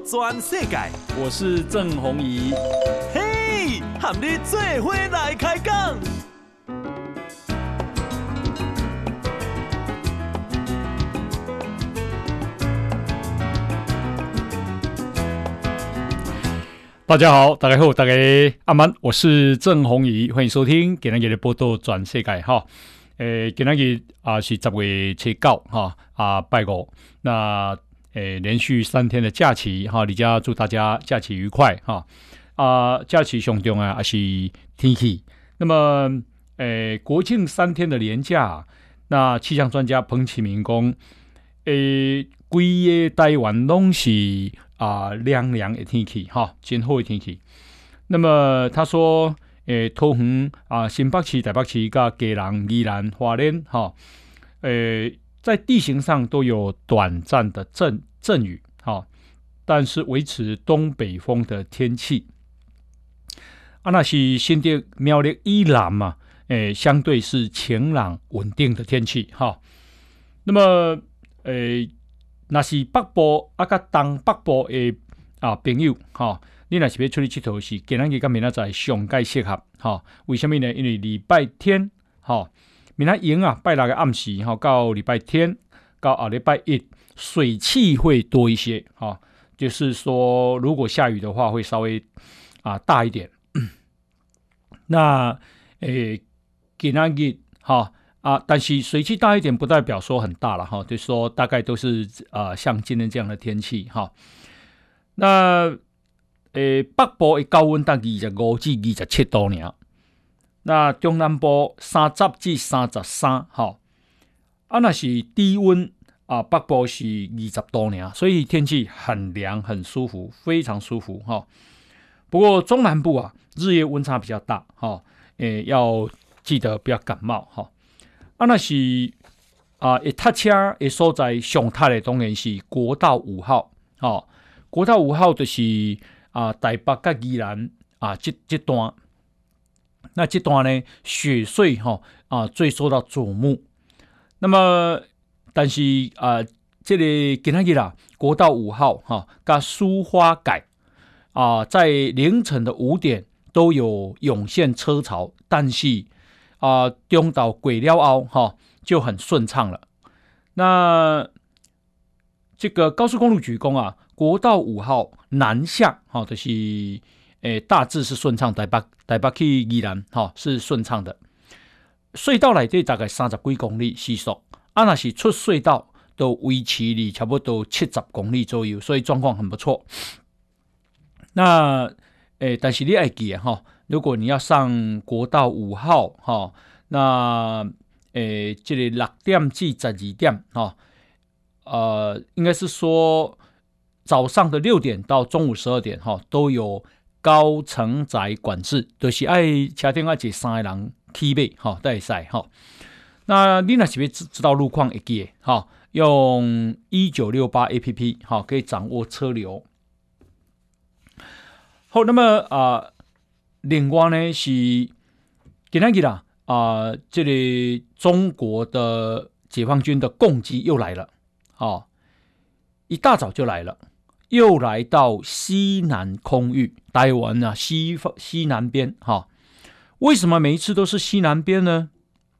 全世界。 我是郑弘仪。 嘿，和你做伙来开讲。 大家好，大家好，大家阿曼，我是郑弘仪，欢迎收听今天的报道全世界哈。今天是10月7号哈拜五，那连续3天的假期哈，李家祝大家假期愉快哈。假期上重要还是天气。那么国庆3天的连假，那气象专家彭启明讲，规个台湾拢是凉凉的天气哈，真好的天气。那么他说，桃园新北市、台北市、嘉义、宜兰、花莲哈，在地形上都有短暂的阵雨哈，但是维持东北风的天气。那是新竹、苗栗、宜兰嘛，相对是晴朗稳定的天气哈。那么那是北部甲东北部的朋友哈，你若是要出去佚佗，是今仔日甲明仔载上介适合哈。为什么呢？因为礼拜天哈，明仔营拜六的暗时哈，到礼拜天到礼拜一，水汽会多一些哈。就是说，如果下雨的话，会稍微大一点。那今仔日哈。但是水汽大一点不代表说很大了哈，就是说大概都是像今天这样的天气哈。那北部的高温到25至27度而已，那中南部30至33哈。那是低温北部是20度而已，所以天气很凉很舒服，非常舒服哈。不过中南部日夜温差比较大哈，要记得不要感冒哈。那是会塞车的所在上塞的当然是国道5号国道5号就是台北甲宜兰这段，那这段呢雪隧最受到瞩目。那么但是这个今仔日国道5号甲苏花改在凌晨的5点都有涌现车潮，但是中岛过了后就很顺畅了。那这个高速公路局说国道5号南下就是大致是顺畅，台北去宜兰是顺畅的。隧道内底大概30几公里时速，那是出隧道都维持里差不多70公里左右，所以状况很不错。那但是你要记如果你要上国道5号那这个6点至12点应该是说早上的6点到中午12点都有高承载管制，就是要车顶要坐3个人起码才会使那你若是要知道路况会记的用1968 APP 可以掌握车流。好，那么另外呢是今天这里中国的解放军的共机又来了一大早就来了，又来到西南空域，台湾西南边为什么每一次都是西南边呢？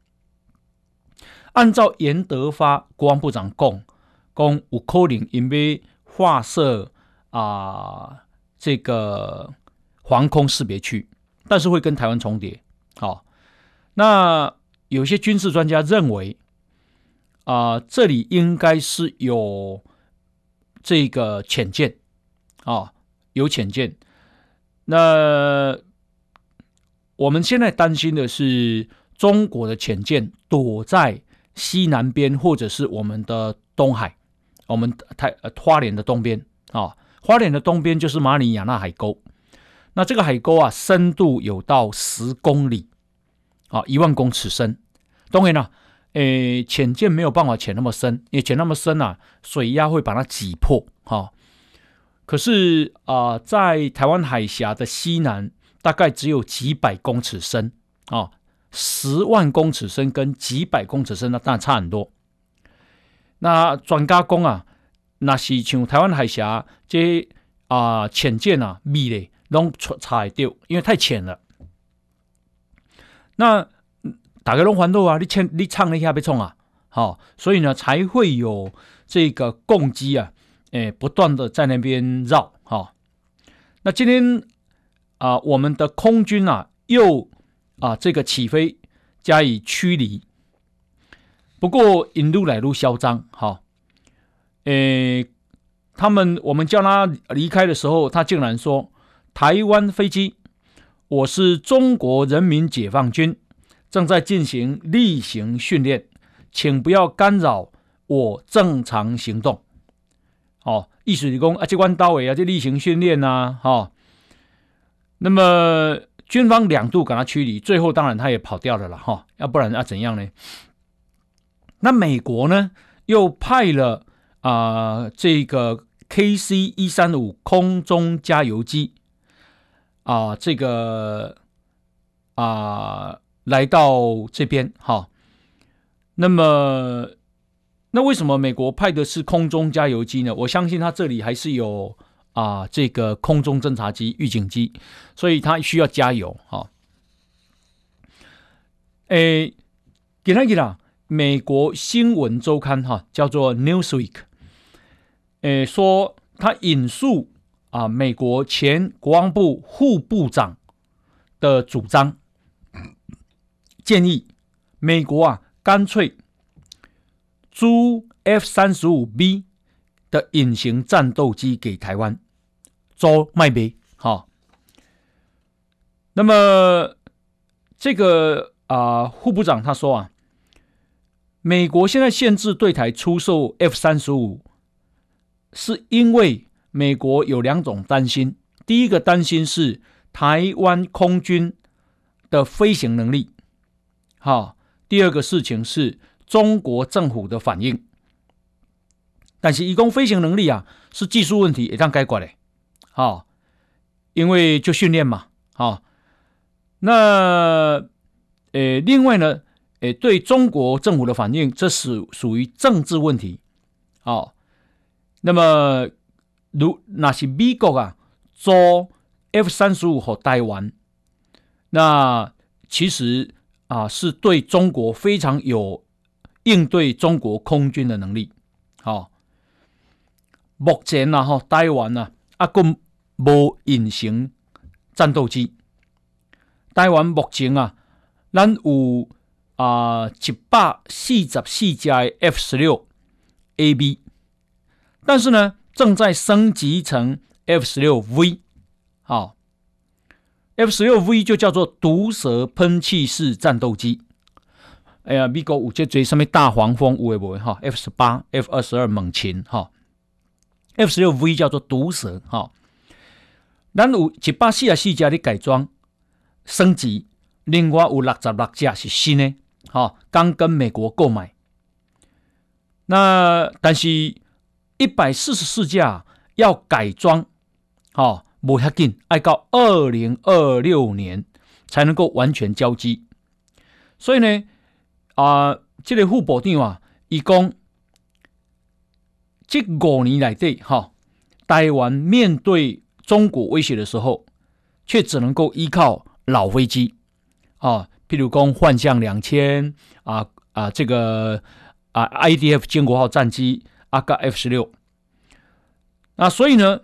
按照严德发国防部长讲有可能因为划设这个防空识别区，但是会跟台湾重叠那有些军事专家认为这里应该是有这个潜舰有潜舰。那我们现在担心的是中国的潜舰躲在西南边或者是我们的东海，我们花莲的东边花莲的东边就是马里亚纳海沟。那这个海沟深度有到10公里1万公尺深。当然了潜舰没有办法潜那么深，因为潜那么深水压会把它挤破可是在台湾海峡的西南大概只有几百公尺深10万公尺深跟几百公尺深那当然差很多。那专家说那是像台湾海峡这潜舰啊米嘞拢查会到，因为太浅了。那大家拢烦恼啊，你唱那下要冲啊，所以呢才会有这个共机啊，不断的在那边绕，那今天我们的空军啊又这个起飞加以驱离，不过引路来路嚣张，我们叫他离开的时候，他竟然说台湾飞机，我是中国人民解放军，正在进行例行训练，请不要干扰我正常行动。意思是说这关到位这例行训练啊，那么军方2度赶他驱离，最后当然他也跑掉了啦，要不然要怎样呢？那美国呢又派了这个 KC-135 空中加油机这个来到这边，那为什么美国派的是空中加油机呢？我相信他这里还是有这个空中侦察机、预警机，所以他需要加油。今天啦，美国新闻周刊叫做 Newsweek， 说他引述美国前国防部副部长的主张，建议美国干脆租 F-35B 的隐形战斗机给台湾，租卖呗。那么这个副部长他说美国现在限制对台出售 F-35， 是因为美国有2种担心。第一个担心是台湾空军的飞行能力，第二个事情是中国政府的反应。但是他说飞行能力是技术问题，也当解决的，因为就训练嘛，那另外呢，对中国政府的反应，这是属于政治问题，那么如是美国租 F-35 给台湾，那其实是对中国非常有应对中国空军的能力。目前台湾还没隐形战斗机。台湾目前咱有144架的 F-16AB， 但是呢正在升级成 F-16V。F-16V 就叫做毒蛇喷气式战斗机。美国有这些什么大黄蜂有的没的，F-18、F-22猛禽，F-16V 叫做毒蛇。咱有144架的改装升级，另外有66架是新的，刚跟美国购买。那但是144架要改装，不那么紧，要到2026年才能够完全交机。所以呢，这个副部长他说，这5年来底，台湾面对中国威胁的时候，却只能够依靠老飞机，譬如说幻象2000这个IDF 建国号战机跟 F-16。那所以呢，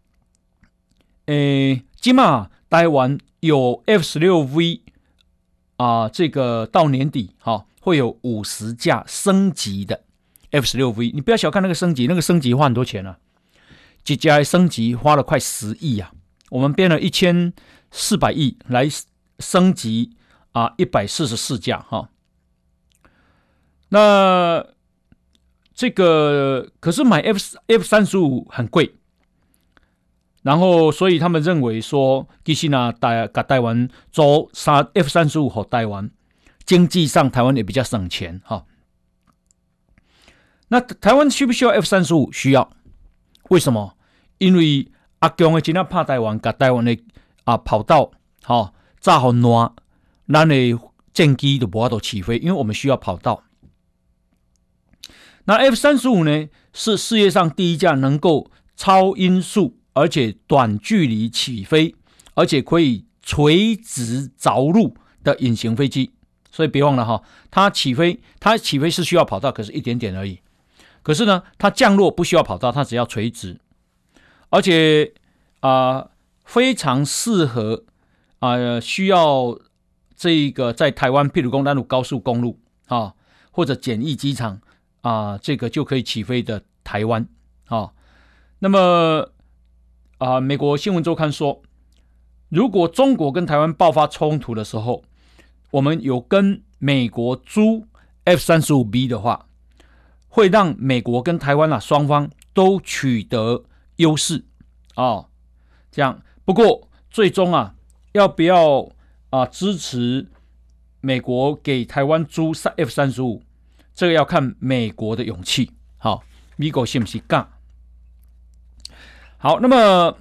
现在台湾有 F-16V 这个到年底会有50架升级的 F-16V。 你不要小看那个升级，那个升级花很多钱啊，一架升级花了快10亿啊。我们编了1400亿来升级144架那这个可是买 F-35 很贵，然后所以他们认为说，其实台湾租 F-35 给台湾，经济上台湾也比较省钱那台湾需不需要 F-35？ 需要。为什么？因为阿强的真的怕台湾，把台湾的跑道炸好烂，咱的战机就没法起飞，因为我们需要跑道。那 F-35 呢，是世界上第一架能够超音速而且短距离起飞，而且可以垂直着陆的隐形飞机。所以别忘了它起飞是需要跑道，可是一点点而已。可是呢，它降落不需要跑道，它只要垂直，而且非常适合需要这个在台湾，譬如说咱有高速公路或者简易机场这个就可以起飞的台湾那么美国新闻周刊说，如果中国跟台湾爆发冲突的时候，我们有跟美国租 F-35B 的话，会让美国跟台湾双方都取得优势这样。不过最终要不要支持美国给台湾租 F-35， 这个要看美国的勇气。美国是不是敢？好，那么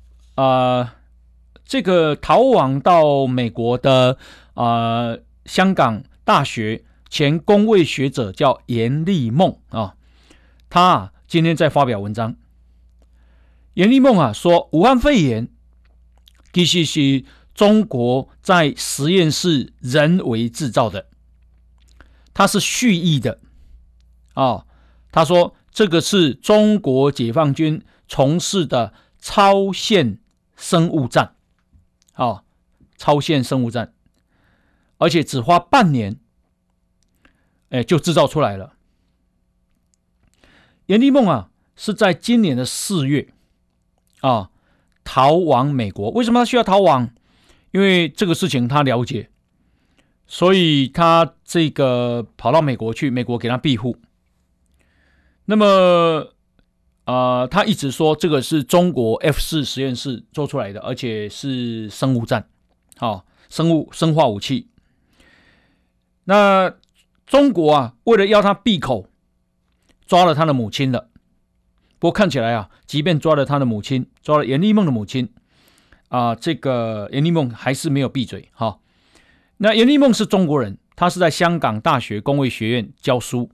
这个逃亡到美国的香港大学前公卫学者叫严立梦他今天在发表文章。严立梦说，武汉肺炎其实是中国在实验室人为制造的，它是蓄意的他说这个是中国解放军从事的超限生物战超限生物战，而且只花半年就制造出来了。严立梦是在今年的4月逃往美国。为什么他需要逃往？因为这个事情他了解，所以他这个跑到美国去，美国给他庇护。那么他一直说这个是中国 F4 实验室做出来的，而且是生物战生化武器。那中国为了要他闭口，抓了他的母亲了。不过看起来即便抓了他的母亲，抓了严立梦的母亲这个严立梦还是没有闭嘴那严立梦是中国人，他是在香港大学公卫学院教书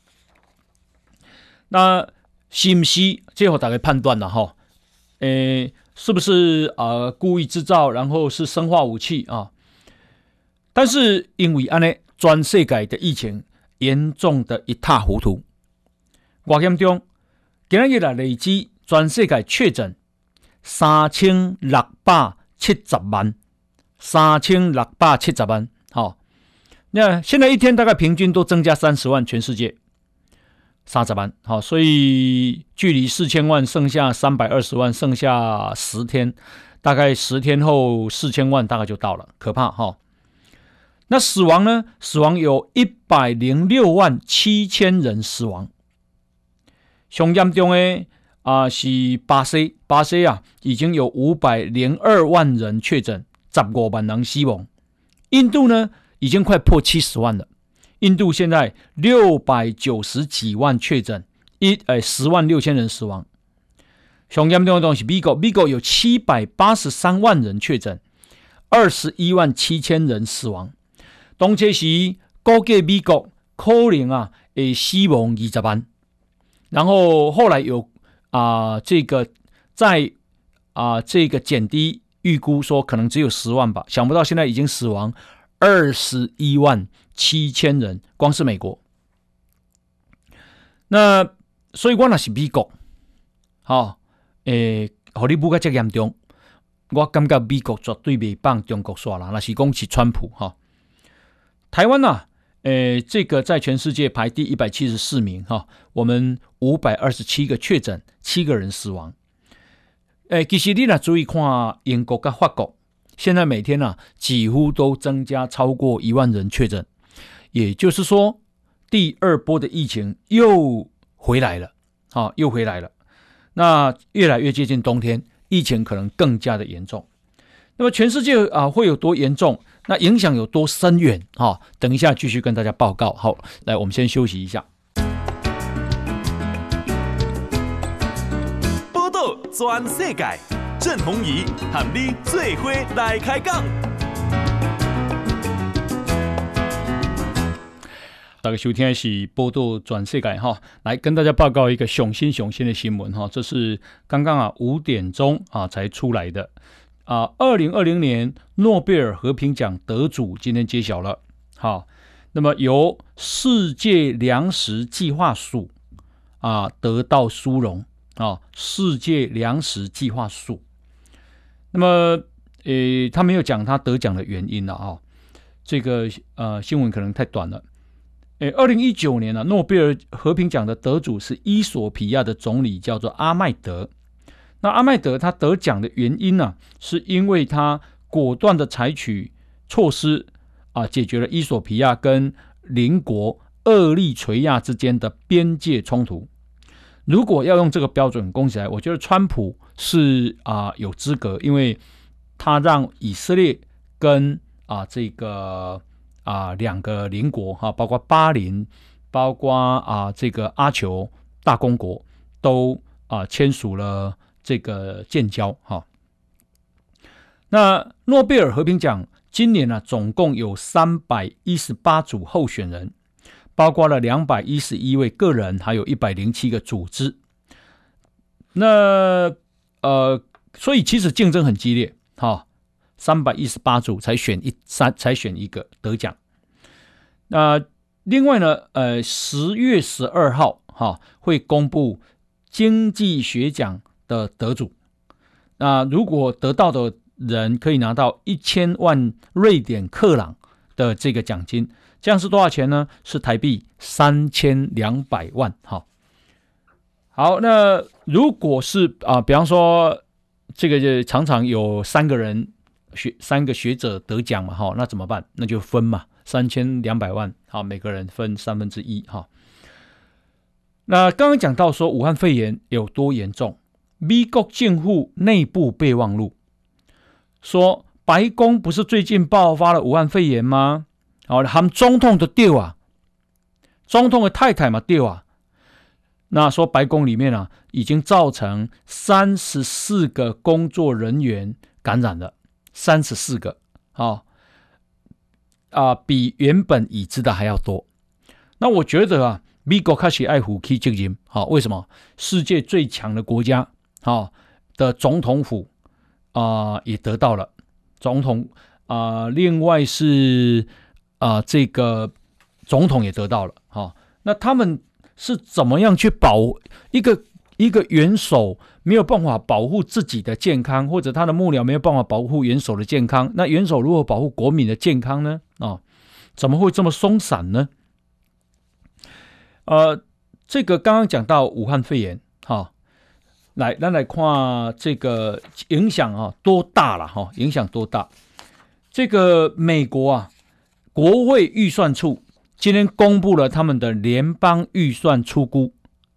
那是不是最后大家判断了是不是故意制造，然后是生化武器但是因为这样，全世界的疫情严重的一塌糊涂。多严重？今日累积全世界确诊3670万，3670万。那现在一天大概平均都增加30万，全世界30万。所以距离4000万剩下320万，剩下10天，大概10天后4000万大概就到了，可怕那死亡呢？死亡有106万7000人死亡。最严重的是巴西，已经有502万人确诊，15万人死亡。印度呢，已经快破70万了。印度现在690几万确诊，10万6千人死亡。最严重的是美国有783万人确诊，21万7千人死亡。当这时估计美国可能会死亡20万，然后后来有这个在这个减低预估说可能只有10万吧，想不到现在已经死亡21万7千人，光是美国。那所以我若是美国互你不甲这严重，我感觉美国绝对袂放中国耍啦，若是讲是川普台湾这个在全世界排第174名我们527个确诊，7个人死亡。其实你若注意看英国跟法国，现在每天几乎都增加超过1万人确诊，也就是说第二波的疫情又回来了那越来越接近冬天，疫情可能更加的严重。那么全世界会有多严重？那影响有多深远等一下继续跟大家报告。好，来我们先休息一下。 报道全世界，郑鸿仪和你做伙来开讲。 大家收听的是报道全世界哈，来跟大家报告一个上新的新闻哈，这是刚刚5点钟才出来的2020年诺贝尔和平奖得主今天揭晓了。好，那么由世界粮食计划署得到殊荣世界粮食计划署。那么他没有讲他得奖的原因了这个新闻可能太短了。2019年诺贝尔和平奖的得主是伊索比亚的总理，叫做阿麦德。那阿麦德他得奖的原因是因为他果断的采取措施解决了伊索比亚跟邻国厄立垂亚之间的边界冲突。如果要用这个标准攻起来，我觉得川普是有资格，因为他让以色列跟这个两个邻国包括巴林，包括这个阿酋大公国都签署了这个建交那诺贝尔和平奖今年总共有318组候选人，包括了211位个人，还有107个组织。那所以其实竞争很激烈318组才选一个得奖。那另外呢10月12号会公布经济学奖的得主。那如果得到的人可以拿到1000万瑞典克朗的这个奖金，这样是多少钱呢？是台币3200万。好，那如果是比方说这个就常常有3个学者得奖嘛那怎么办？那就分嘛，3200万每个人分1/3那刚刚讲到说武汉肺炎有多严重，美国政府内部备忘录说，白宫不是最近爆发了武汉肺炎吗？他们总统的对总统的太太嘛对那说白宫里面已经造成34个工作人员感染了，34个比原本已知的还要多。那我觉得美国开始爱护起责任为什么？世界最强的国家的总统府也得到了总统另外是这个总统也得到了那他们是怎么样去保一个元首没有办法保护自己的健康，或者他的幕僚没有办法保护元首的健康，那元首如何保护国民的健康呢？怎么会这么松散呢？这个刚刚讲到武汉肺炎来咱来看这个影响多大了影响多大。这个美国国会预算处今天公布了他们的联邦预算初估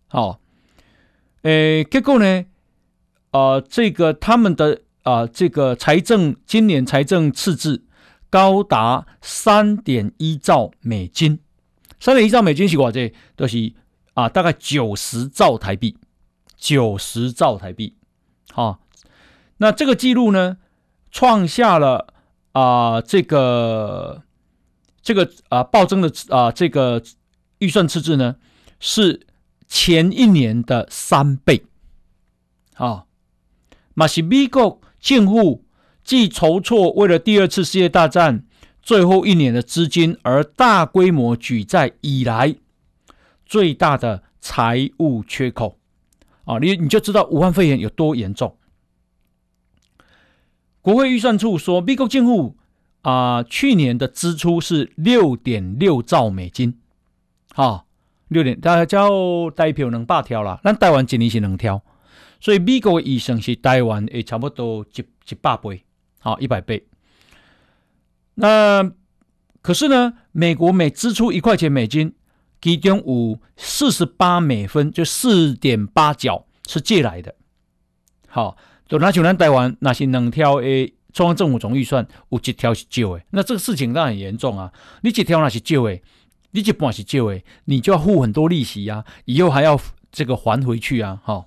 结果呢这个他们的这个今年财政赤字高达 3.1 兆美金。3.1 兆美金是多少？就是大概90兆台币，90兆台币。那这个记录呢，创下了这个暴增的这个预算赤字呢，是前一年的3倍。嘛是美国政府既筹措为了第2次世界大战最后1年的资金而大规模举债以来最大的财务缺口你就知道武汉肺炎有多严重。国会预算处说，美国政府去年的支出是 6.6 兆美金大家叫台票200条啦，咱台湾一年是2条，所以美国的预算是台湾的差不多100倍100倍。那可是呢，美国每支出1块钱美金，其中有48美分，就 4.8 角是借来的。就拿像咱台湾那是2条的中央政府总预算，有1条是借的，那这个事情当然很严重你1条那是借的，你1半是借的，你就要付很多利息以后还要这个还回去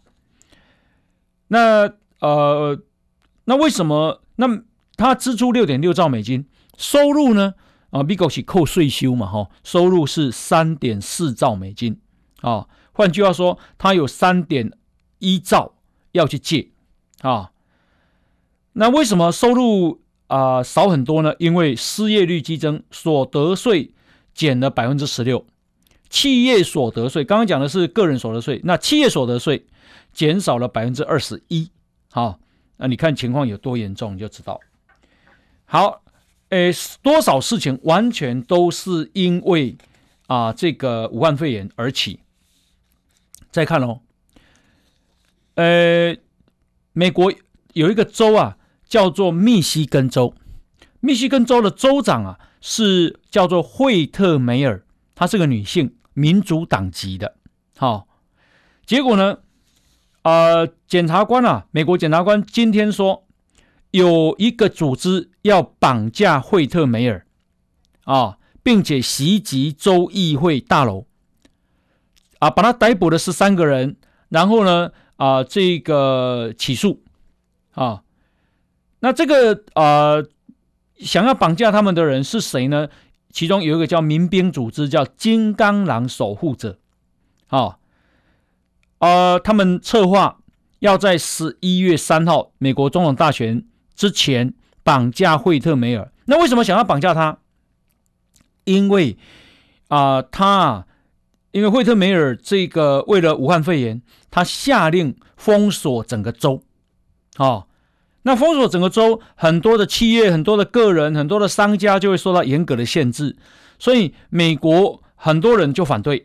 那为什么？那他支出 6.6 兆美金，收入呢美国是扣税收嘛，收入是 3.4 兆美金啊，换句话说，他有 3.1 兆要去借啊。那为什么收入少很多呢？因为失业率激增，所得税减了 16%， 企业所得税刚刚讲的是个人所得税，那企业所得税减少了 21%。 好，那你看情况有多严重你就知道。好，多少事情完全都是因为这个武汉肺炎而起。再看美国有一个州叫做密西根州，密西根州的州长是叫做惠特梅尔，她是个女性，民主党籍的。好，结果呢，检察官美国检察官今天说，有一个组织要绑架惠特梅尔并且袭击州议会大楼把他逮捕了13个人，然后呢这个起诉那这个想要绑架他们的人是谁呢？其中有一个叫民兵组织，叫金刚狼守护者他们策划要在11月3号美国总统大选之前绑架惠特梅尔。那为什么想要绑架他？因为因为惠特梅尔这个为了武汉肺炎，他下令封锁整个州那封锁整个州，很多的企业、很多的个人、很多的商家就会受到严格的限制，所以美国很多人就反对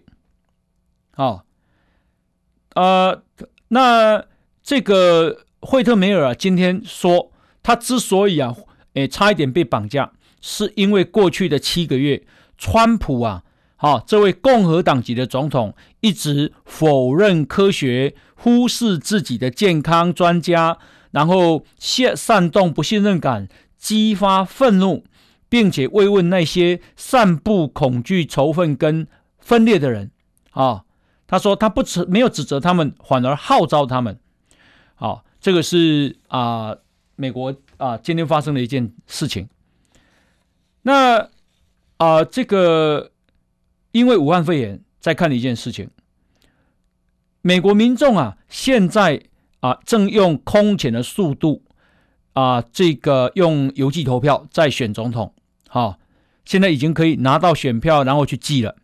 那这个惠特梅尔今天说，他之所以差一点被绑架，是因为过去的7个月，川普这位共和党籍的总统一直否认科学，忽视自己的健康专家，然后煽动不信任感，激发愤怒，并且慰问那些散布恐惧、仇恨跟分裂的人他说他没有指责他们，反而号召他们这个是美国今天发生的一件事情。那这个因为武汉肺炎，再看一件事情，美国民众现在正用空前的速度这个用邮寄投票在选总统现在已经可以拿到选票然后去寄了。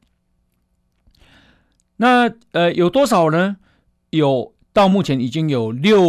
那有多少呢？到目前已经有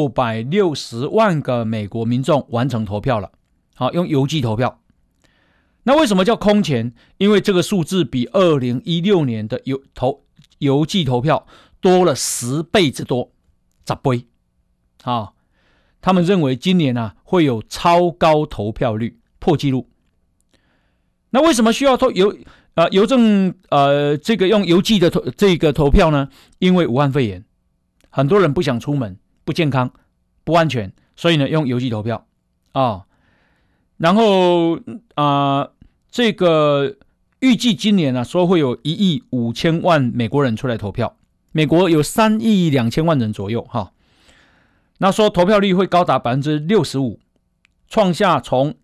660万个美国民众完成投票了用邮寄投票。那为什么叫空前？因为这个数字比2016年的邮寄投票多了10倍之多，10倍他们认为今年会有超高投票率，破纪录。那为什么需要邮政这个用邮寄的这个投票呢？因为武汉肺炎，很多人不想出门，不健康不安全，所以呢用邮寄投票然后这个预计今年说会有1亿5千万美国人出来投票，美国有3亿2千万人左右那说投票率会高达 65%， 创下从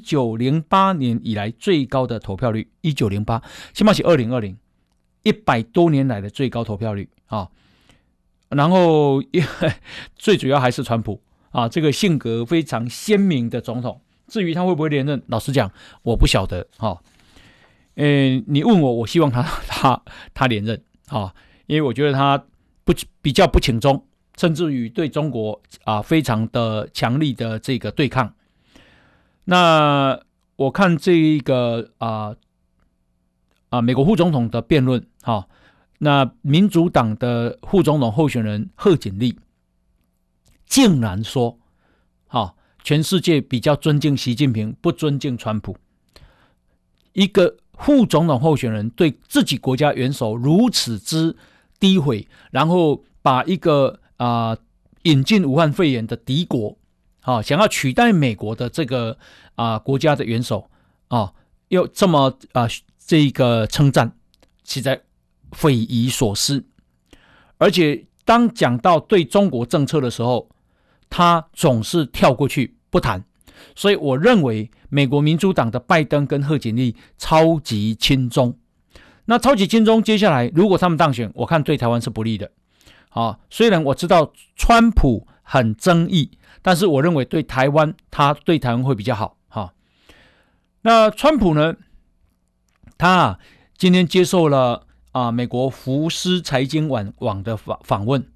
1908年以来最高的投票率。1908现在是2020 100多年来的最高投票率然后最主要还是川普这个性格非常鲜明的总统。至于他会不会连任，老实讲我不晓得你问我希望他连任因为我觉得他比较不请中，甚至于对中国非常的强力的这个对抗。那我看这一个美国副总统的辩论那民主党的副总统候选人贺锦丽竟然说全世界比较尊敬习近平，不尊敬川普。一个副总统候选人对自己国家元首如此之诋毁，然后把一个引进武汉肺炎的敌国想要取代美国的这个国家的元首又这么这个称赞，实在匪夷所思。而且当讲到对中国政策的时候，他总是跳过去不谈， 所以我认为美国民主党的拜登跟贺锦丽超级亲中。那超级亲中接下来如果他们当选，我看对台湾是不利的。虽然我知道川普很争议，但是我认为对台湾会比较好。那川普呢，他今天接受了美国福斯财经网的访问，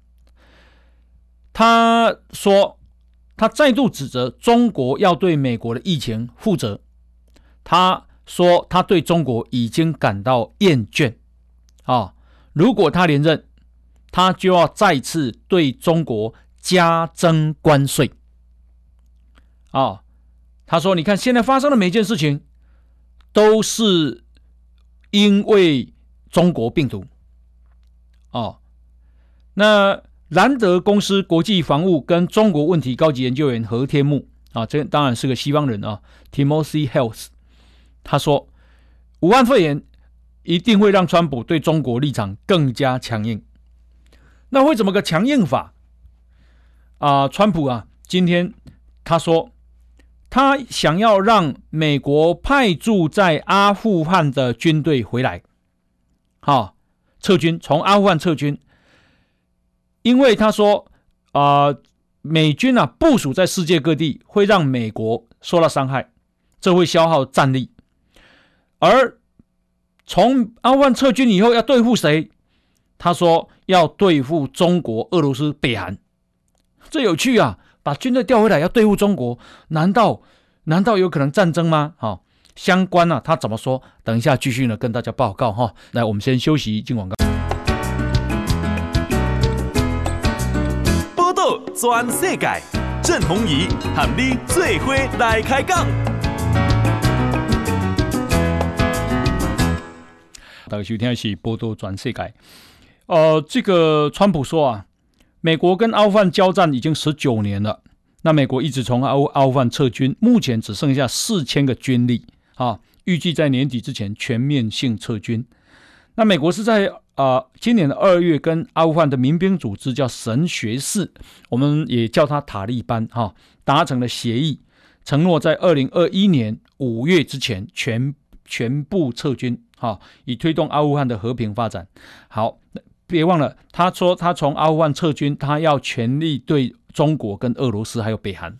他说他再度指责中国要对美国的疫情负责，他说他对中国已经感到厌倦。如果他连任，他就要再次对中国加征关税。他说你看现在发生的每件事情都是因为中国病毒。那兰德公司国际防务跟中国问题高级研究员何天木这当然是个西方人Timothy Health， 他说武汉肺炎一定会让川普对中国立场更加强硬。那会怎么个强硬法？川普今天他说他想要让美国派驻在阿富汗的军队回来，撤军，从阿富汗撤军，因为他说美军部署在世界各地会让美国受到伤害，这会消耗战力。而从阿富汗撤军以后要对付谁？他说要对付中国、俄罗斯、北韩。这有趣把军队调回来要对付中国，难道有可能战争吗？相关他怎么说？等一下继续呢跟大家报告来，我们先休息进广告。 报道全世界，郑鸿仪和你做伙来开讲。 大家收听的是报道全世界。这个川普说美国跟阿富汗交战已经19年了，那美国一直从阿富汗撤军，目前只剩下4000个军力预计在年底之前全面性撤军。那美国是在今年的2月跟阿富汗的民兵组织叫神学士，我们也叫他塔利班达成了协议，承诺在2021年5月之前全部撤军以推动阿富汗的和平发展。好，别忘了他说他从阿富汗撤军，他要全力对中国跟俄罗斯还有北韩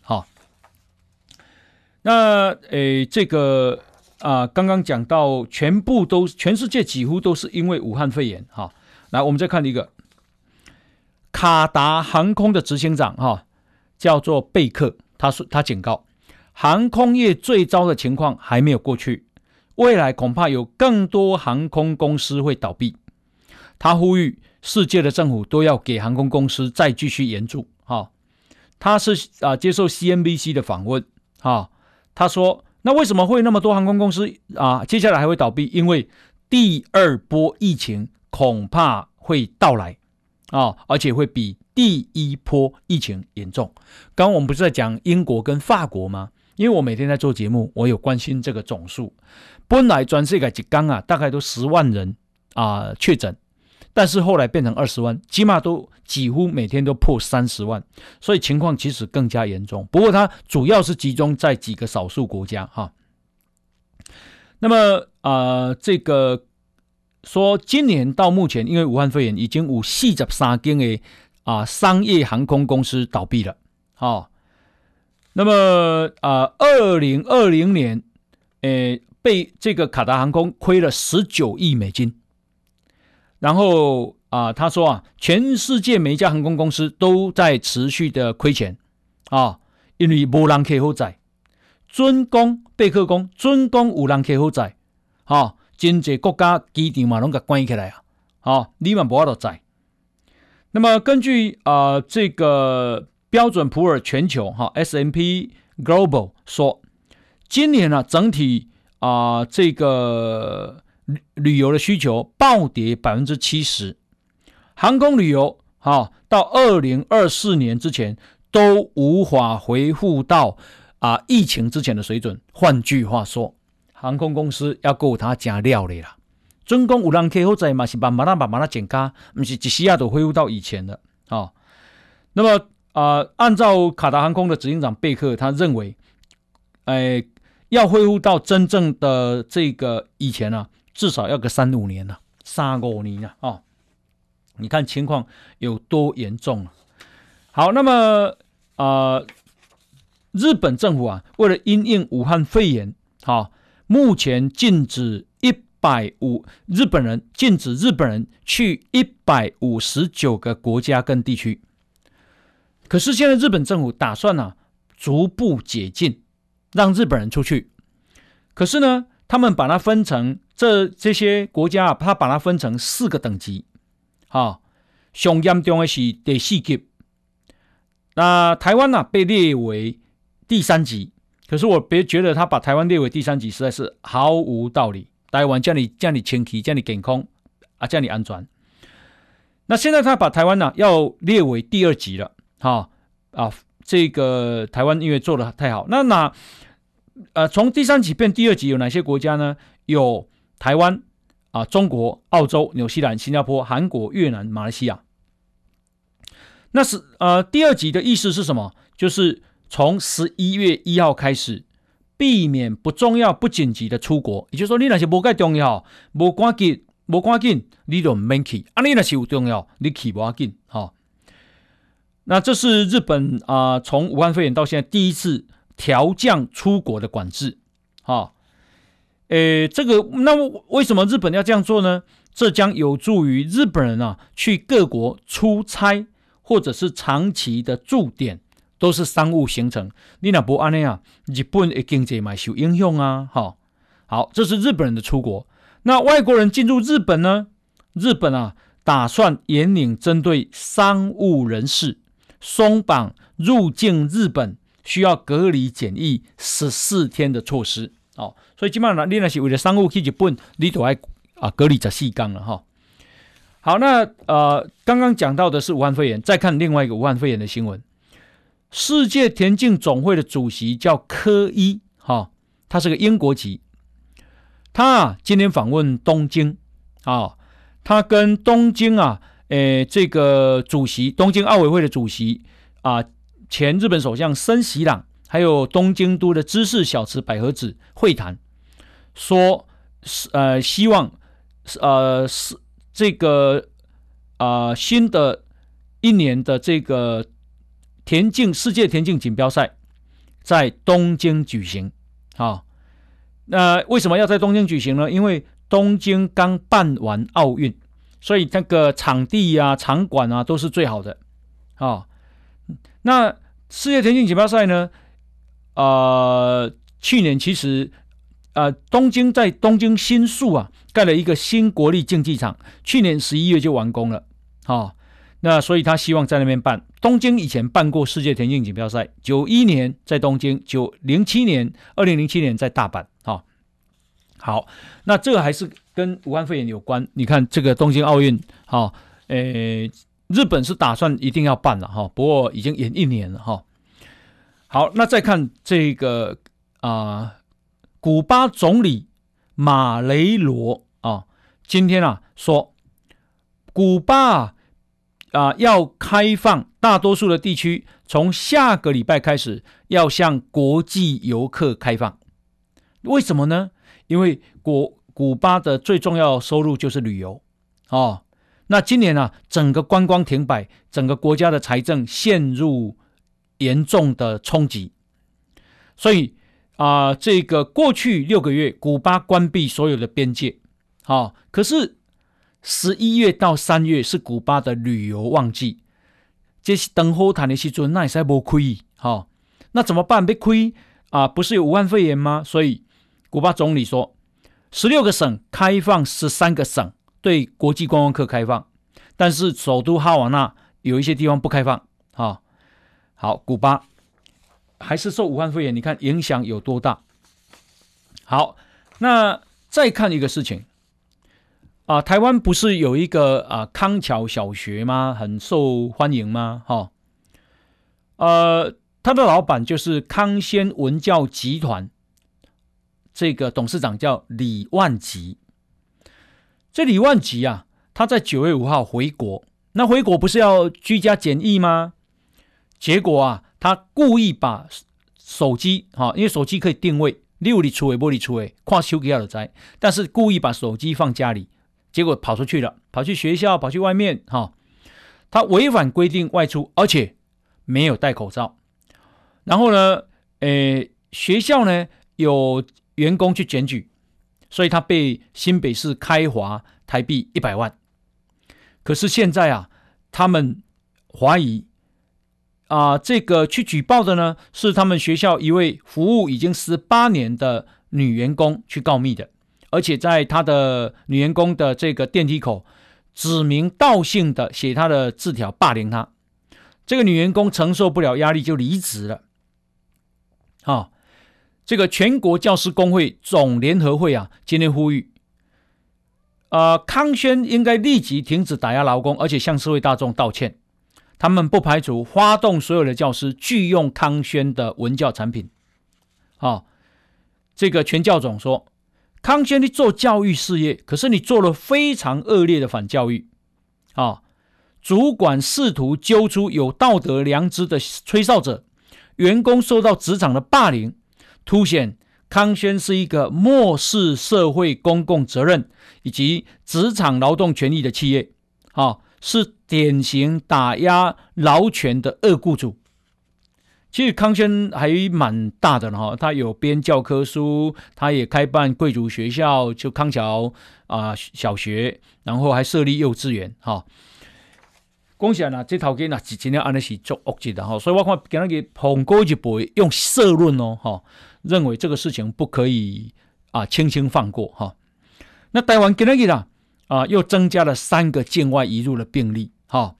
那这个刚刚讲到全世界几乎都是因为武汉肺炎来，我们再看一个卡达航空的执行长叫做贝克，他警告航空业最糟的情况还没有过去，未来恐怕有更多航空公司会倒闭。他呼吁世界的政府都要给航空公司再继续援助他是接受 CNBC 的访问他说那为什么会那么多航空公司接下来还会倒闭？因为第二波疫情恐怕会到来而且会比第一波疫情严重。刚刚我们不是在讲英国跟法国吗？因为我每天在做节目，我有关心这个总数。本来全世界一天大概都10万人确诊，但是后来变成20万，起码都几乎每天都破30万，所以情况其实更加严重。不过它主要是集中在几个少数国家那么这个说今年到目前，因为武汉肺炎已经有43间的商业航空公司倒闭了那么2020年被这个卡达航空亏了19亿美金。然后他说全世界每一家航空公司都在持续的亏钱因为没人可好载。准讲贝克讲准讲有人可好载真济国家机场嘛拢给关起来你嘛没法度载。那么根据这个标准普尔全球S&P Global 说，今年整体这个旅游的需求暴跌 70%， 航空旅游到2024年之前都无法恢复到疫情之前的水准。换句话说，航空公司要够它加料的啦。准讲有人可以好载嘛，是慢慢减价，不是一时都恢复到以前的那么按照卡达航空的执行长贝克，他认为要恢复到真正的这个以前啊，至少要个3-5年了，3-5年了哦。你看情况有多严重了。好，那么日本政府啊，为了因应武汉肺炎，目前禁止日本人去159个国家跟地区。可是现在日本政府打算啊，逐步解禁，让日本人出去。可是呢，他们把它分成这些国家啊，他把它分成4个等级。上严重的是第4级。那台湾啊被列为第3级，可是我别觉得他把台湾列为第3级实在是毫无道理。台湾这样清气，这样健康啊，这样安全。那现在他把台湾啊要列为第2级了，这个台湾因为做得太好，那从第3级变第2级有哪些国家呢？有台湾中国、澳洲、纽西兰、新加坡、韩国、越南、马来西亚。那是第2级的意思是什么？就是从11月1号开始，避免不重要、不紧急的出国。也就是说，你那些不太重要、不赶紧，你就不免去。你那些有重要，你去不要紧。那这是日本从武汉肺炎到现在第一次调降出国的管制。那为什么日本要这样做呢？这将有助于日本人啊去各国出差或者是长期的驻点，都是商务行程。你若不这样，日本的经济也受影响啊。好，这是日本人的出国。那外国人进入日本呢？日本啊打算严领针对商务人士松绑入境日本需要隔离检疫14天的措施。所以基本上你若是为了商务去日本，你就要隔离14天了哈。好，那刚刚讲到的是武汉肺炎，再看另外一个武汉肺炎的新闻。世界田径总会的主席叫科伊，他是个英国籍。他今天访问东京，他跟东京这个主席，东京奥委会的主席前日本首相森喜朗，还有东京都的知事小池百合子会谈，说希望这个新的一年的这个世界田径锦标赛在东京举行。那为什么要在东京举行呢？因为东京刚办完奥运，所以那个场地场馆都是最好的。那世界田径锦标赛呢？去年其实在东京新宿盖了一个新国立竞技场，去年11月就完工了。那所以他希望在那边办。东京以前办过世界田径锦标赛，91年在东京，2007年在大阪。好，那这个还是跟武汉肺炎有关。你看这个东京奥运，日本是打算一定要办了不过已经延1年了好，那再看这个古巴总理马雷罗今天说，古巴要开放大多数的地区，从下个礼拜开始要向国际游客开放。为什么呢？因为古巴的最重要收入就是旅游那今年整个观光停摆，整个国家的财政陷入严重的冲击，所以这个过去6个月，古巴关闭所有的边界可是11月到3月是古巴的旅游旺季，这是等好谈的时候，那也是没开那怎么办？被开不是有武汉肺炎吗？所以古巴总理说16个省开放13个省对国际观光客开放，但是首都哈瓦那有一些地方不开放好，古巴还是受武汉肺炎，你看影响有多大。好，那再看一个事情台湾不是有一个康桥小学吗？很受欢迎吗？他的老板就是康先文教集团，这个董事长叫李万吉。这李万吉他在9月5号回国，那回国不是要居家检疫吗？结果他故意把手机因为手机可以定位，你有你厝的没你厝的，看手机就知，但是故意把手机放家里，结果跑出去了，跑去学校，跑去外面他违反规定外出，而且没有戴口罩。然后呢学校呢有员工去检举，所以他被新北市开罚台币100万。可是现在他们怀疑这个去举报的呢是他们学校一位服务已经18年的女员工去告密的，而且在他的女员工的这个电梯口指名道姓的写他的字条霸凌他。这个女员工承受不了压力就离职了。这个全国教师工会总联合会今天呼吁康轩应该立即停止打压劳工，而且向社会大众道歉。他们不排除发动所有的教师拒用康轩的文教产品。这个全教总说，康轩你做教育事业，可是你做了非常恶劣的反教育。主管试图揪出有道德良知的吹哨者，员工受到职场的霸凌，凸显康轩是一个漠视社会公共责任以及职场劳动权益的企业，是典型打压劳权的恶雇主。其实康轩还蛮大的他有编教科书，他也开办贵族学校，就康桥小学，然后还设立幼稚园讲起来这头家是真的是很恶质的所以我看今天红高一辈用社论认为这个事情不可以轻轻放过那台湾今天又增加了3个境外移入的病例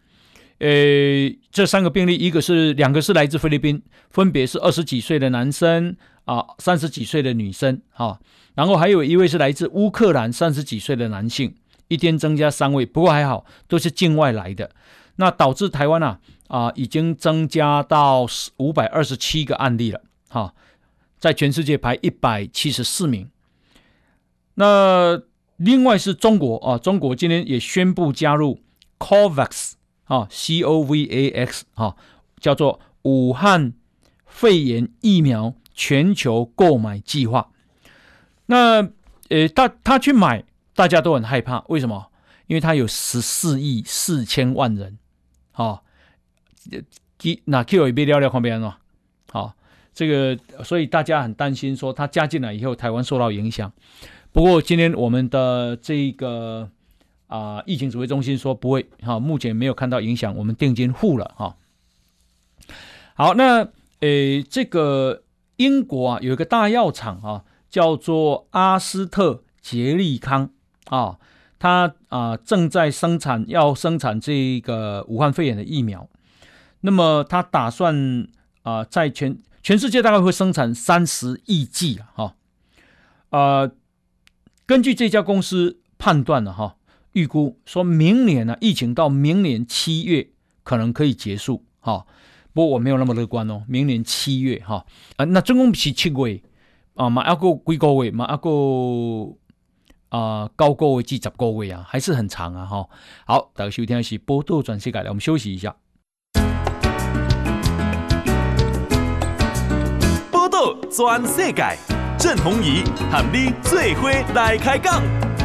这3个病例2个是来自菲律宾，分别是20几岁的男生30几岁的女生然后还有1位是来自乌克兰30几岁的男性，一天增加3位，不过还好都是境外来的。那导致台湾已经增加到527个案例了在全世界排174名。那另外是中国中国今天也宣布加入 COVAX COVAX 叫做武汉肺炎疫苗全球购买计划。那他去买，大家都很害怕，为什么？因为他有14亿4千万人那 Q 也别聊聊看别人这个所以大家很担心说他加进来以后台湾受到影响。不过今天我们的这个疫情指挥中心说不会目前没有看到影响，我们定金付了好，那这个英国有一个大药厂叫做阿斯特捷利康它正在要生产这个武汉肺炎的疫苗。那么它打算在全世界大概会生产30亿剂根据这家公司判断预估说明年疫情到明年7月可能可以结束不过我没有那么乐观明年7月那总共是7月嘛还有几个月嘛还有9个月至10个月还是很长好，大家收听的是报道全世界，我们休息一下。 报道全世界，郑鸿仪和你做伙来开讲。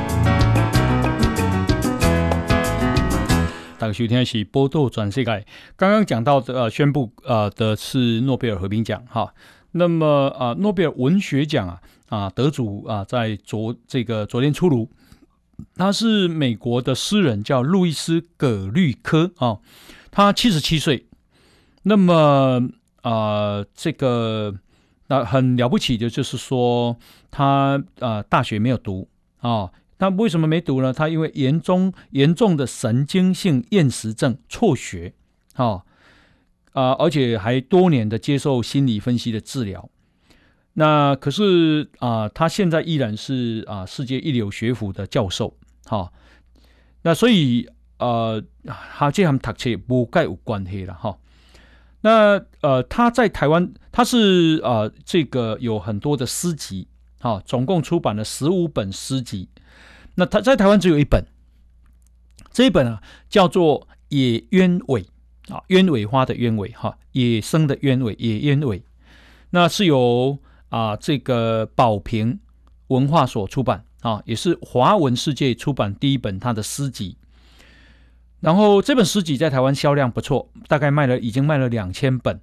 大家收听的是报道全世界。刚刚讲到的宣布的是诺贝尔和平奖那么诺贝尔文学奖得主在昨天出炉，他是美国的诗人叫路易斯·葛律科他77岁。那么这个很了不起的就是说他大学没有读他为什么没读呢？他因为严重的神经性厌食症辍学而且还多年的接受心理分析的治疗。那可是他现在依然是世界一流学府的教授那所以他这和读册不该有关系了那他在台湾他是这个有很多的诗集总共出版了15本诗集。那他在台湾只有一本，这一本叫做野鸢尾鸢尾花的鸢尾野生的鸢尾野鸢尾。 那是由这个宝瓶文化所出版也是华文世界出版第一本他的诗集。然后这本诗集在台湾销量不错，大概已经卖了2000本。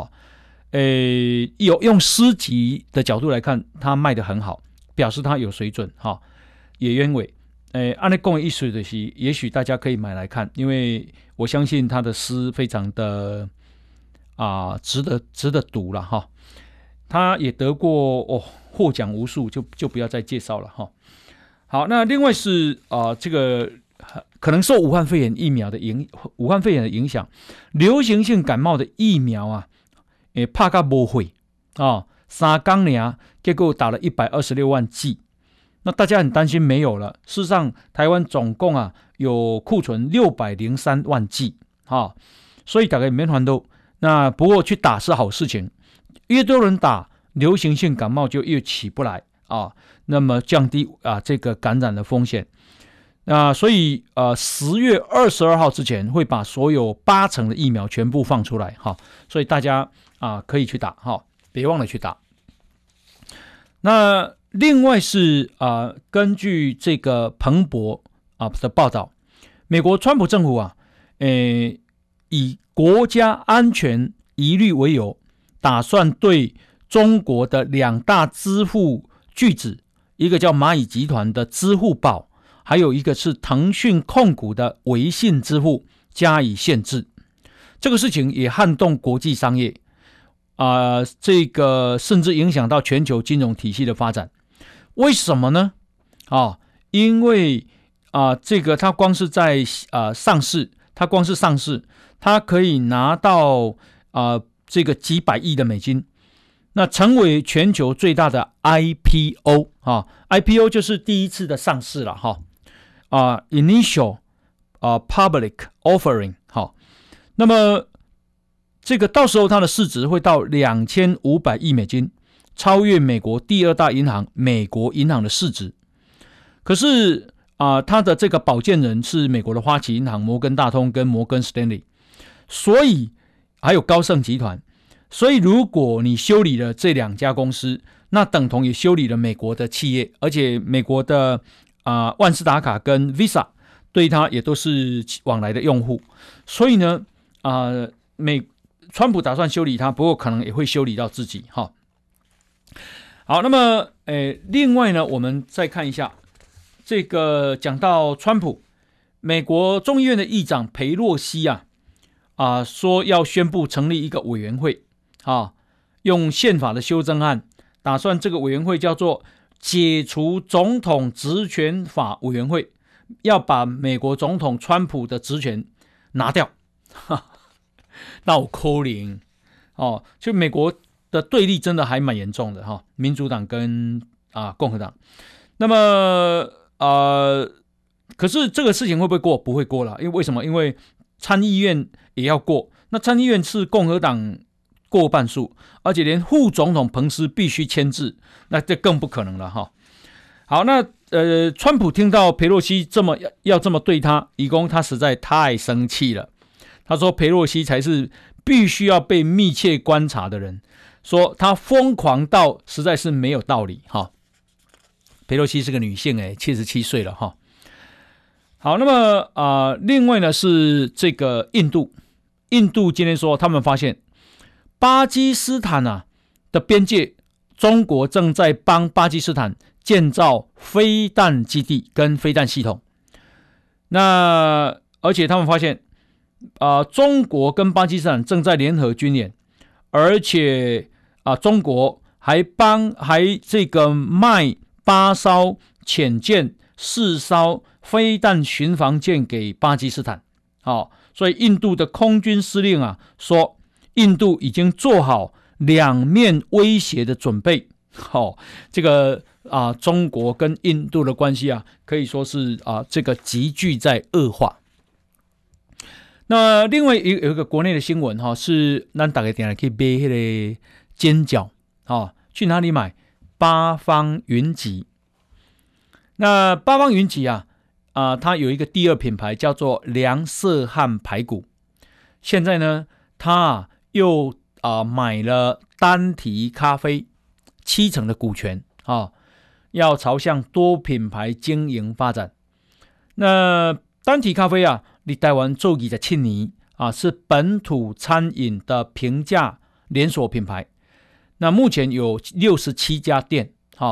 用诗集的角度来看，它卖得很好，表示它有水准也鸢尾。按照讲的意思就是，也许大家可以买来看，因为我相信他的诗非常的值得读了哈。他也得过获奖无数，就不要再介绍了哈。好，那另外是这个可能受武汉肺炎的影响，流行性感冒的疫苗拍到没货3天而已，结果打了126万剂。那大家很担心没有了，事实上台湾总共有库存603万剂所以大家免烦恼。那不过去打是好事情，越多人打，流行性感冒就越起不来那么降低这个感染的风险。所以10月22号之前会把所有80%的疫苗全部放出来所以大家可以去打别忘了去打。那另外是根据这个彭博的报道，美国川普政府以国家安全疑虑为由，打算对中国的2大支付巨子，一个叫蚂蚁集团的支付宝，还有一个是腾讯控股的微信支付加以限制。这个事情也撼动国际商业这个甚至影响到全球金融体系的发展。为什么呢？因为这个它光是在上市，它可以拿到这个几百亿的美金，那成为全球最大的 IPO IPO 就是第一次的上市了Initial Public Offering 那么这个到时候它的市值会到2500亿美金，超越美国第2大银行美国银行的市值。可是它的这个保荐人是美国的花旗银行、摩根大通跟摩根斯丹利，所以还有高盛集团。所以如果你修理了这2家公司，那等同也修理了美国的企业，而且美国的万事达卡跟 Visa 对它也都是往来的用户。所以呢川普打算修理它，不过可能也会修理到自己好，那么另外呢，我们再看一下这个，讲到川普，美国众议院的议长裴洛西说要宣布成立一个委员会用宪法的修正案，打算这个委员会叫做解除总统职权法委员会，要把美国总统川普的职权拿掉。那有可能就美国的对立真的还蛮严重的民主党跟共和党。那么可是这个事情会不会过？不会过了，因为为什么？因为参议院也要过，那参议院是共和党过半数，而且连副总统彭斯必须签字，那这更不可能了好，那川普听到裴洛西要这么对他，以供他实在太生气了。他说裴洛西才是必须要被密切观察的人，说他疯狂到实在是没有道理裴洛西是个女性77岁了好，那么另外呢是这个印度今天说他们发现巴基斯坦的边界，中国正在帮巴基斯坦建造飞弹基地跟飞弹系统。那而且他们发现中国跟巴基斯坦正在联合军演，而且中国还这个卖8艘潜舰、4艘飞弹巡防舰给巴基斯坦所以印度的空军司令说印度已经做好两面威胁的准备这个中国跟印度的关系可以说是这个急剧在恶化。那另外有一个国内的新闻是咱大家点来可以买那个煎饺去哪里买？八方云集。那八方云集它有一个第2品牌叫做梁色汉排骨。现在呢，它又买了单体咖啡70%的股权要朝向多品牌经营发展。那单体咖啡在台湾做27年是本土餐饮的平价连锁品牌。那目前有67家店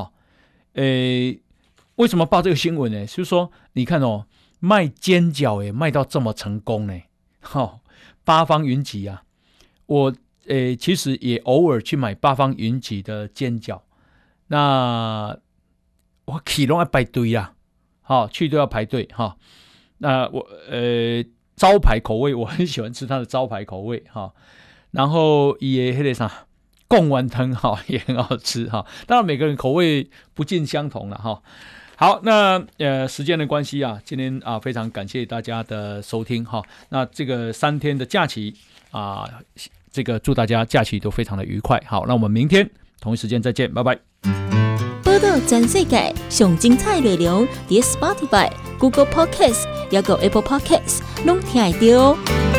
为什么报这个新闻呢？就是说你看卖煎饺卖到这么成功呢八方云集我其实也偶尔去买八方云集的煎饺，那我去都要排队去都要排队那我招牌口味我很喜欢吃它的招牌口味然后也那个啥贡丸汤也很好吃当然每个人口味不尽相同了好，那时间的关系今天非常感谢大家的收听那这个3天的假期这个祝大家假期都非常的愉快。好，那我们明天同一时间再见，拜拜。 报道全世界上精彩内容，在 Spotify、Google Podcast 也有 Apple Podcast 拢听得到。